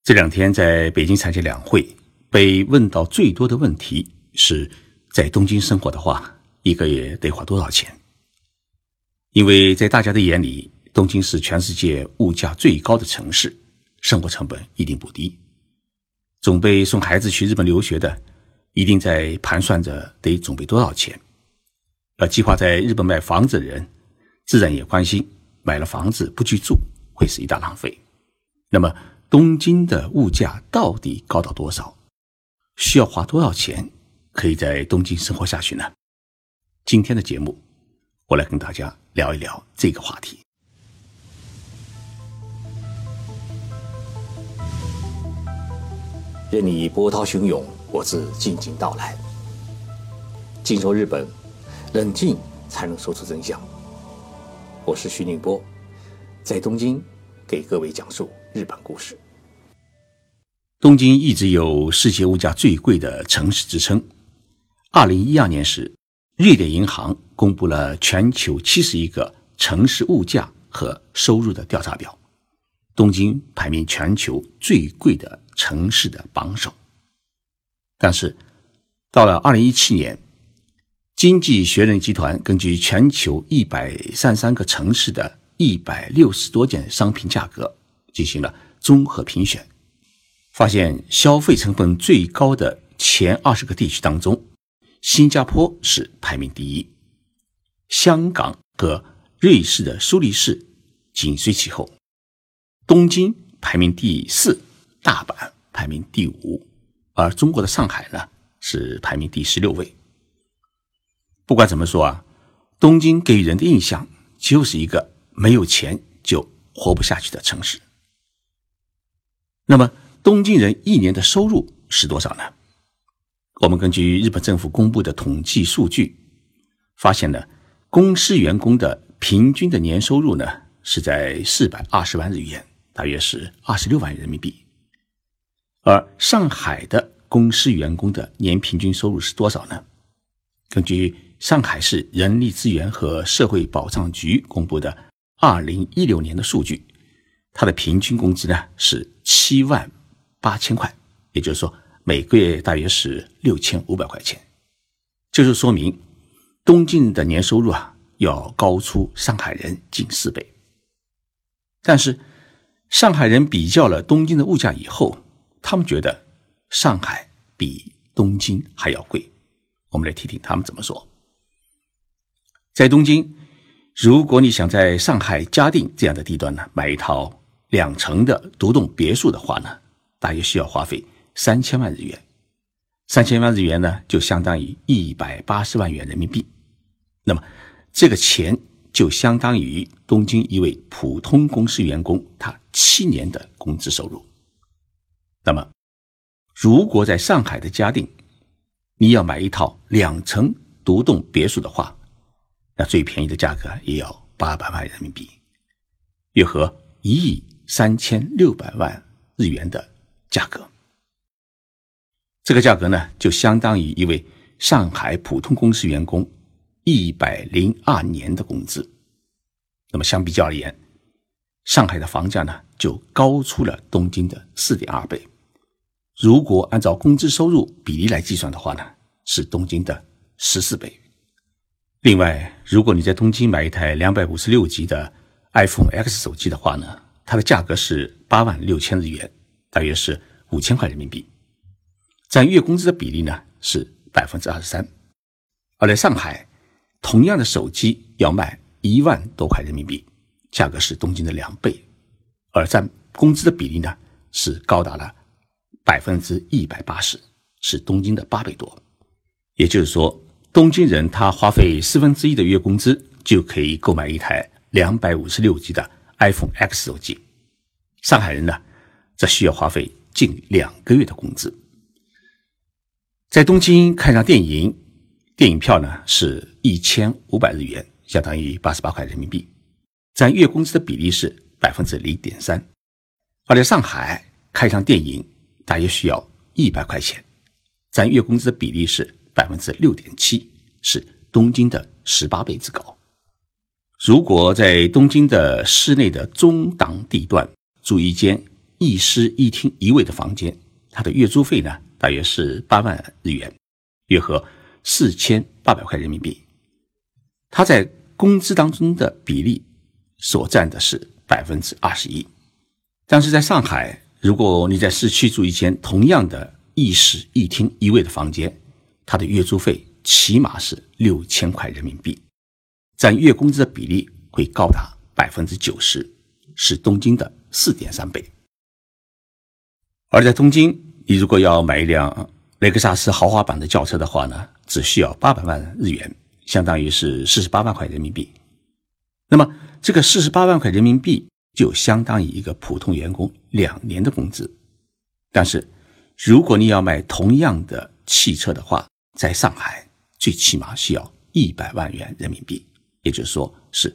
这两天在北京参加两会，被问到最多的问题是，在东京生活的话，一个月得花多少钱？因为在大家的眼里，东京是全世界物价最高的城市，生活成本一定不低。准备送孩子去日本留学的，一定在盘算着得准备多少钱。而计划在日本买房子的人，自然也关心买了房子不去住会是一大浪费。那么东京的物价到底高到多少？需要花多少钱可以在东京生活下去呢？今天的节目，我来跟大家聊一聊这个话题。 任你波涛汹涌，我自静静到来。静说日本，冷静才能说出真相。我是徐宁波，在东京给各位讲述日本故事。 东京一直有世界物价最贵的城市之称。2012年时，瑞典银行公布了全球71个城市物价和收入的调查表，东京排名全球最贵的城市的榜首。但是到了2017年，经济学人集团根据全球133个城市的160多件商品价格进行了综合评选，发现消费成本最高的前20个地区当中，新加坡是排名第一，香港和瑞士的苏黎世紧随其后，东京排名第4，大阪排名第5，而中国的上海呢是排名第16位。不管怎么说啊，东京给予人的印象就是一个没有钱就活不下去的城市。那么东京人一年的收入是多少呢？我们根据日本政府公布的统计数据，发现了公司员工的平均的年收入呢是在420万日元，大约是26万人民币。而上海的公司员工的年平均收入是多少呢？根据上海市人力资源和社会保障局公布的2016年的数据，它的平均工资呢是7万8千块，也就是说每个月大约是6500块钱。这就说明东京人的年收入要高出上海人近4倍。但是上海人比较了东京的物价以后，他们觉得上海比东京还要贵。我们来听听他们怎么说。在东京，如果你想在上海嘉定这样的地段呢买一套2层的独栋别墅的话呢，大约需要花费3000万日元。3000万日元呢就相当于180万元人民币。那么这个钱就相当于东京一位普通公司员工他7年的工资收入。那么如果在上海的嘉定你要买一套2层独栋别墅的话，那最便宜的价格也要800万人民币，约合1.36亿日元的价格。这个价格呢就相当于一位上海普通公司员工102年的工资。那么相比较而言，上海的房价呢就高出了东京的 4.2 倍。如果按照工资收入比例来计算的话呢，是东京的14倍。另外，如果你在东京买一台256G 的 iPhone X 手机的话呢，它的价格是86000日元，大约是5000块人民币。占月工资的比例呢是 23%。 而在上海，同样的手机要卖1万多块人民币，价格是东京的2倍，而占工资的比例呢是高达了 180%， 是东京的8倍多。也就是说，东京人他花费1/4的月工资就可以购买一台256G 的 iPhone X 手机，上海人呢则需要花费近2个月的工资。在东京看场电影，电影票呢是1500日元，相当于88块人民币，占月工资的比例是 0.3%。 而在上海看一场电影大约需要100块钱，占月工资的比例是 6.7%， 是东京的18倍之高。如果在东京的市内的中档地段住一间一室一厅一卫的房间，它的月租费呢大约是8万日元，约合4800块人民币。它在工资当中的比例所占的是21%。但是在上海，如果你在市区住一间同样的一室一厅一卫的房间，它的月租费起码是6000块人民币，占月工资的比例会高达90%，是东京的4.3倍。而在东京，你如果要买一辆雷克萨斯豪华版的轿车的话呢，只需要800万日元，相当于是48万块人民币。那么这个48万块人民币就相当于一个普通员工2年的工资。但是如果你要买同样的汽车的话，在上海最起码需要100万元人民币，也就是说是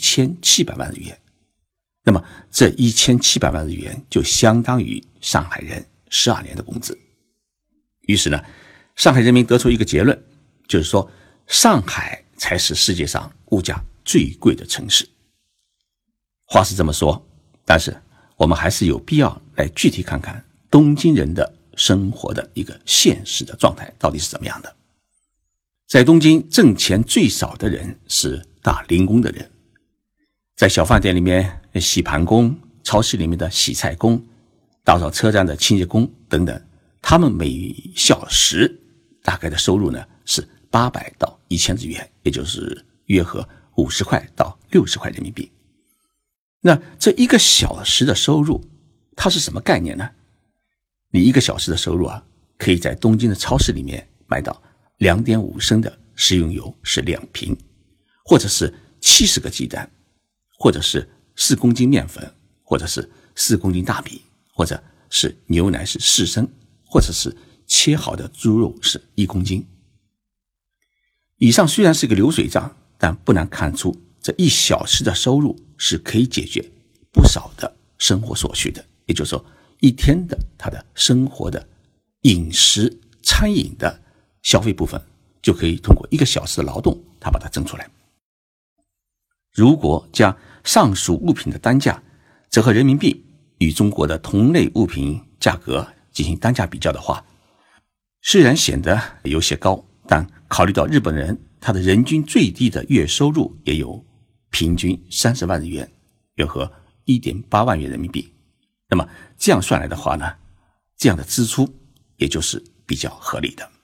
1700万日元。那么这1700万日元就相当于上海人12年的工资。于是呢，上海人民得出一个结论，就是说上海才是世界上物价最贵的城市。话是这么说，但是我们还是有必要来具体看看东京人的生活的一个现实的状态到底是怎么样的。在东京挣钱最少的人是打零工的人，在小饭店里面洗盘工，超市里面的洗菜工，打扫车站的清洁工等等，他们每小时大概的收入呢是800到1000日元，也就是约合50块到60块人民币。那这1个小时的收入它是什么概念呢？你1个小时的收入啊，可以在东京的超市里面买到 2.5 升的食用油是2瓶，或者是70个鸡蛋，或者是4公斤面粉，或者是4公斤大米，或者是牛奶是4升，或者是切好的猪肉是1公斤。以上虽然是个流水账，但不难看出这1小时的收入是可以解决不少的生活所需的，也就是说一天的他的生活的饮食餐饮的消费部分就可以通过1个小时的劳动他把它挣出来。如果将上述物品的单价折合人民币与中国的同类物品价格进行单价比较的话，虽然显得有些高，但考虑到日本人他的人均最低的月收入也有平均30万日元，约合 1.8 万元人民币，那么这样算来的话呢，这样的支出也就是比较合理的。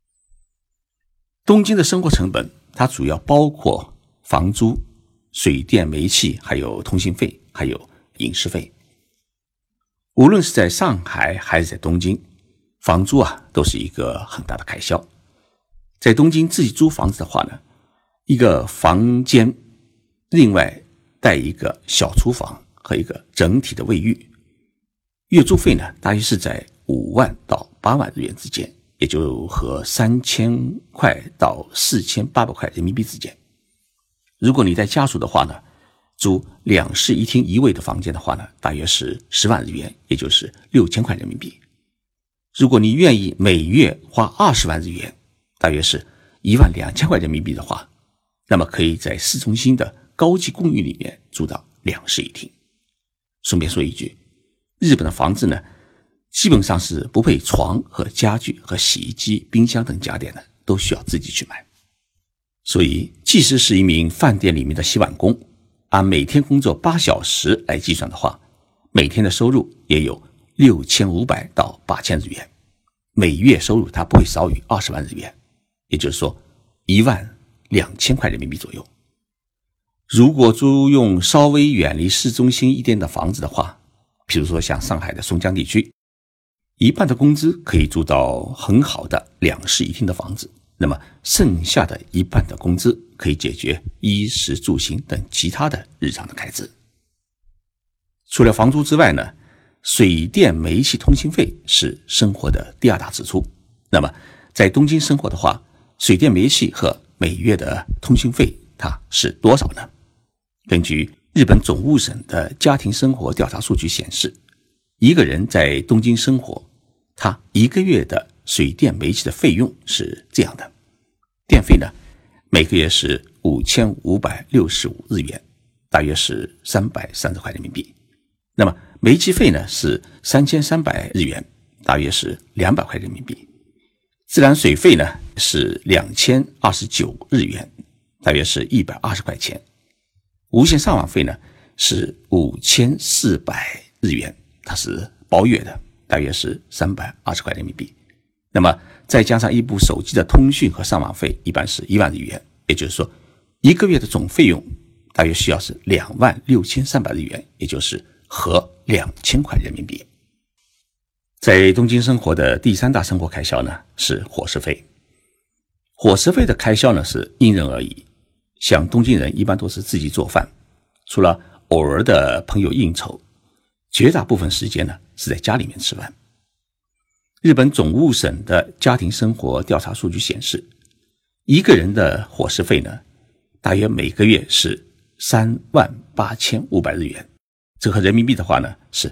东京的生活成本它主要包括房租、水电煤气，还有通信费，还有饮食费。无论是在上海还是在东京，房租都是一个很大的开销。在东京自己租房子的话呢，一个房间另外带一个小厨房和一个整体的卫浴，月租费呢大约是在5万到8万日元之间，也就和3000块到4800块人民币之间。如果你在家属的话呢，租2室1厅1卫的房间的话呢，大约是10万日元，也就是6000块人民币。如果你愿意每月花20万日元，大约是12000块人民币的话，那么可以在市中心的高级公寓里面住到2室1厅。顺便说一句，日本的房子呢，基本上是不配床和家具和洗衣机、冰箱等家电的，都需要自己去买。所以即使是一名饭店里面的洗碗工，按每天工作8小时来计算的话，每天的收入也有6500到8000日元，每月收入它不会少于20万日元，也就是说12000块人民币左右。如果租用稍微远离市中心一点的房子的话，比如说像上海的松江地区，一半的工资可以租到很好的2室1厅的房子，那么剩下的一半的工资可以解决衣食住行等其他的日常的开支。除了房租之外呢，水电煤气通信费是生活的第2大支出。那么在东京生活的话，水电煤气和每月的通信费它是多少呢？根据日本总务省的家庭生活调查数据显示，一个人在东京生活，他1个月的水电煤气的费用是这样的：电费呢，每个月是5565日元，大约是330块人民币。那么煤气费呢是3300日元，大约是200块人民币。自来水费呢是2029日元，大约是120块钱。无线上网费呢是5400日元，它是包月的，大约是320块人民币。那么再加上一部手机的通讯和上网费，一般是1万日元，也就是说一个月的总费用大约需要是26300日元，也就是合2000块人民币。在东京生活的第三大生活开销呢是伙食费。伙食费的开销呢是因人而异，像东京人一般都是自己做饭，除了偶尔的朋友应酬，绝大部分时间呢是在家里面吃饭。日本总务省的家庭生活调查数据显示，一个人的伙食费呢大约每个月是38500日元，折合人民币的话呢是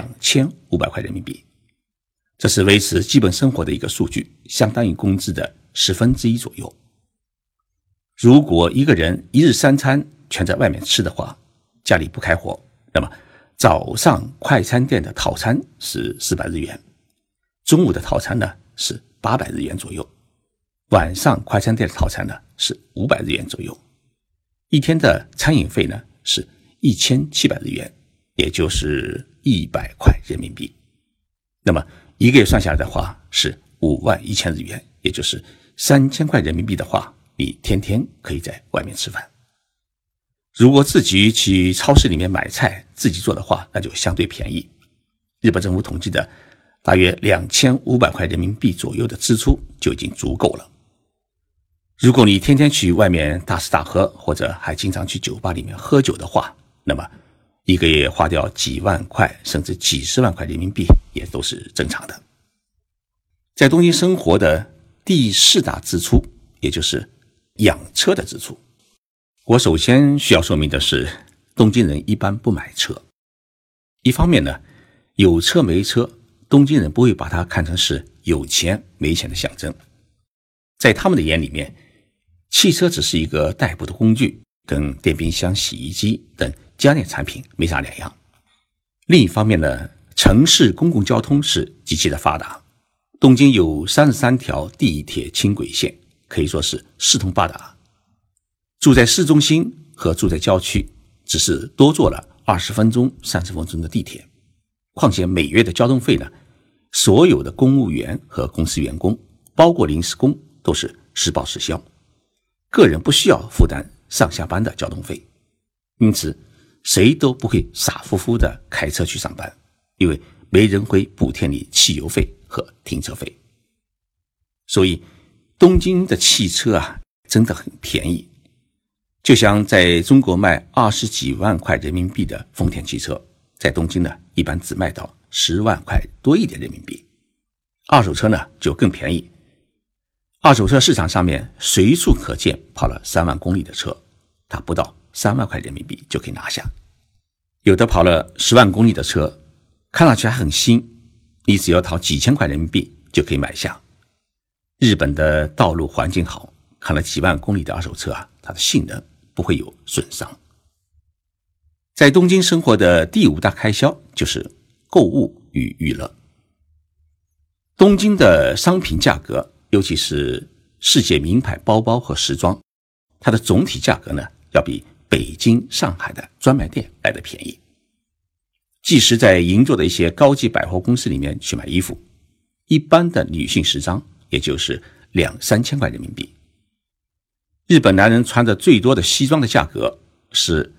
2500块人民币。这是维持基本生活的一个数据，相当于工资的1/10左右。如果一个人一日3餐全在外面吃的话，家里不开火，那么早上快餐店的套餐是400日元，中午的套餐呢是800日元左右，晚上快餐店的套餐呢是500日元左右。一天的餐饮费呢是1700日元，也就是100块人民币。那么一个月算下来的话是51000日元，也就是3000块人民币的话，你天天可以在外面吃饭。如果自己去超市里面买菜自己做的话，那就相对便宜。日本政府统计的大约2500块人民币左右的支出就已经足够了。如果你天天去外面大吃大喝，或者还经常去酒吧里面喝酒的话，那么一个月花掉几万块甚至几十万块人民币也都是正常的。在东京生活的第4大支出，也就是养车的支出。我首先需要说明的是，东京人一般不买车。一方面呢，有车没车，东京人不会把它看成是有钱没钱的象征。在他们的眼里面，汽车只是一个代步的工具，跟电冰箱、洗衣机等家电产品没啥两样。另一方面呢，城市公共交通是极其的发达，东京有33条地铁轻轨线，可以说是四通八达。住在市中心和住在郊区只是多坐了20分钟、30分钟的地铁。况且每月的交通费呢，所有的公务员和公司员工，包括临时工，都是实报实销，个人不需要负担上下班的交通费。因此谁都不会傻乎乎的开车去上班，因为没人会补贴你汽油费和停车费。所以东京的汽车啊真的很便宜，就像在中国卖20几万块人民币的丰田汽车，在东京呢一般只卖到10万块多一点人民币。二手车呢就更便宜，二手车市场上面随处可见跑了3万公里的车，它不到3万块人民币就可以拿下。有的跑了10万公里的车，看上去还很新，你只要掏几千块人民币就可以买下。日本的道路环境好，看了几万公里的二手车啊，它的性能不会有损伤。在东京生活的第5大开销就是购物与娱乐。东京的商品价格，尤其是世界名牌包包和时装，它的总体价格呢要比北京、上海的专卖店来得便宜。即使在银座的一些高级百货公司里面去买衣服，一般的女性时装也就是2-3千块人民币。日本男人穿的最多的西装的价格是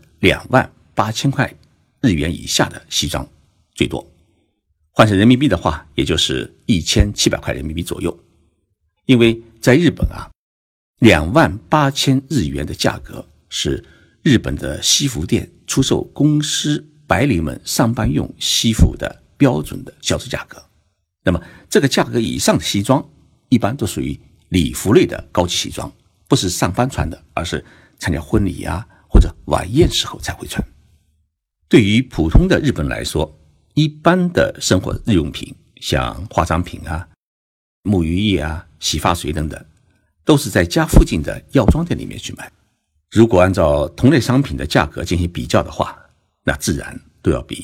28000块日元以下的西装最多，换成人民币的话也就是1700块人民币左右。因为在日本啊，28000日元的价格是日本的西服店出售公司白领们上班用西服的标准的销售价格。那么这个价格以上的西装一般都属于礼服类的高级西装，不是上班穿的，而是参加婚礼啊或者晚宴时候才会穿。对于普通的日本人来说，一般的生活日用品，像化妆品啊、沐浴液啊、洗发水等等，都是在家附近的药妆店里面去买。如果按照同类商品的价格进行比较的话，那自然都要比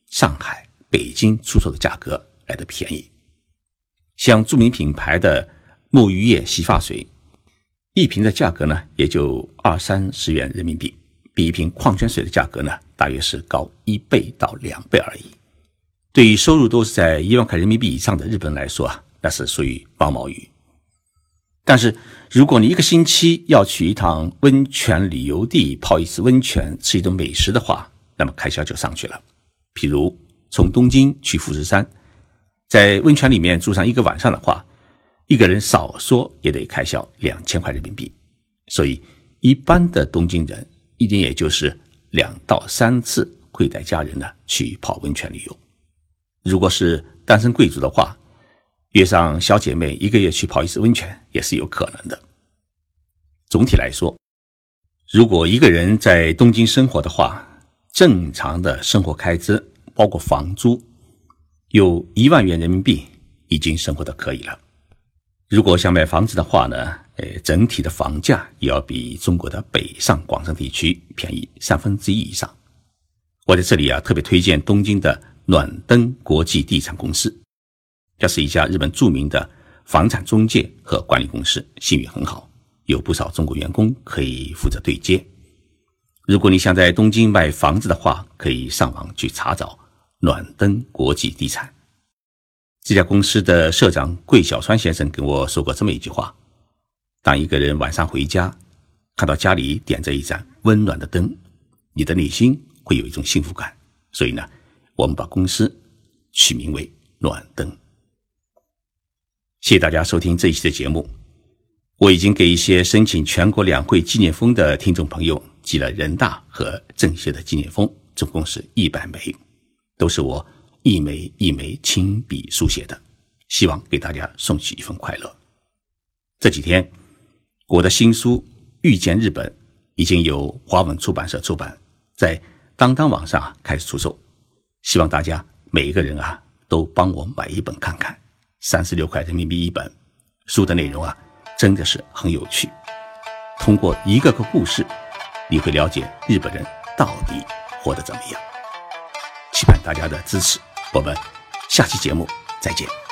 上海、北京出售的价格来得便宜。像著名品牌的沐浴液洗发水，一瓶的价格呢也就20-30元人民币，比一瓶矿泉水的价格呢大约是高1倍到2倍而已。对于收入都是在1万块人民币以上的日本人来说那是属于毛毛雨。但是如果你一个星期要去一趟温泉旅游地泡一次温泉吃一顿美食的话，那么开销就上去了。譬如从东京去富士山，在温泉里面住上1个晚上的话，一个人少说也得开销2000块人民币。所以一般的东京人一年也就是2到3次会带家人呢去泡温泉旅游。如果是单身贵族的话，约上小姐妹1个月去泡一次温泉也是有可能的。总体来说，如果一个人在东京生活的话，正常的生活开支包括房租有1万元人民币已经生活的可以了。如果想买房子的话呢，整体的房价也要比中国的北上广深地区便宜1/3以上。我在这里特别推荐东京的暖灯国际地产公司，这是一家日本著名的房产中介和管理公司，信誉很好，有不少中国员工可以负责对接。如果你想在东京买房子的话，可以上网去查找暖灯国际地产。这家公司的社长桂小川先生跟我说过这么一句话：当一个人晚上回家，看到家里点着一盏温暖的灯，你的内心会有一种幸福感。所以呢，我们把公司取名为暖灯。谢谢大家收听这一期的节目。我已经给一些申请全国两会纪念封的听众朋友寄了人大和政协的纪念封，总共是100枚，都是我一枚一枚亲笔书写的，希望给大家送去一份快乐。这几天我的新书《遇见日本》已经由华文出版社出版，在当当网上开始出售，希望大家每一个人都帮我买一本看看，36块人民币一本。书的内容真的是很有趣，通过一个个故事，你会了解日本人到底活得怎么样。期盼大家的支持，我们下期节目再见。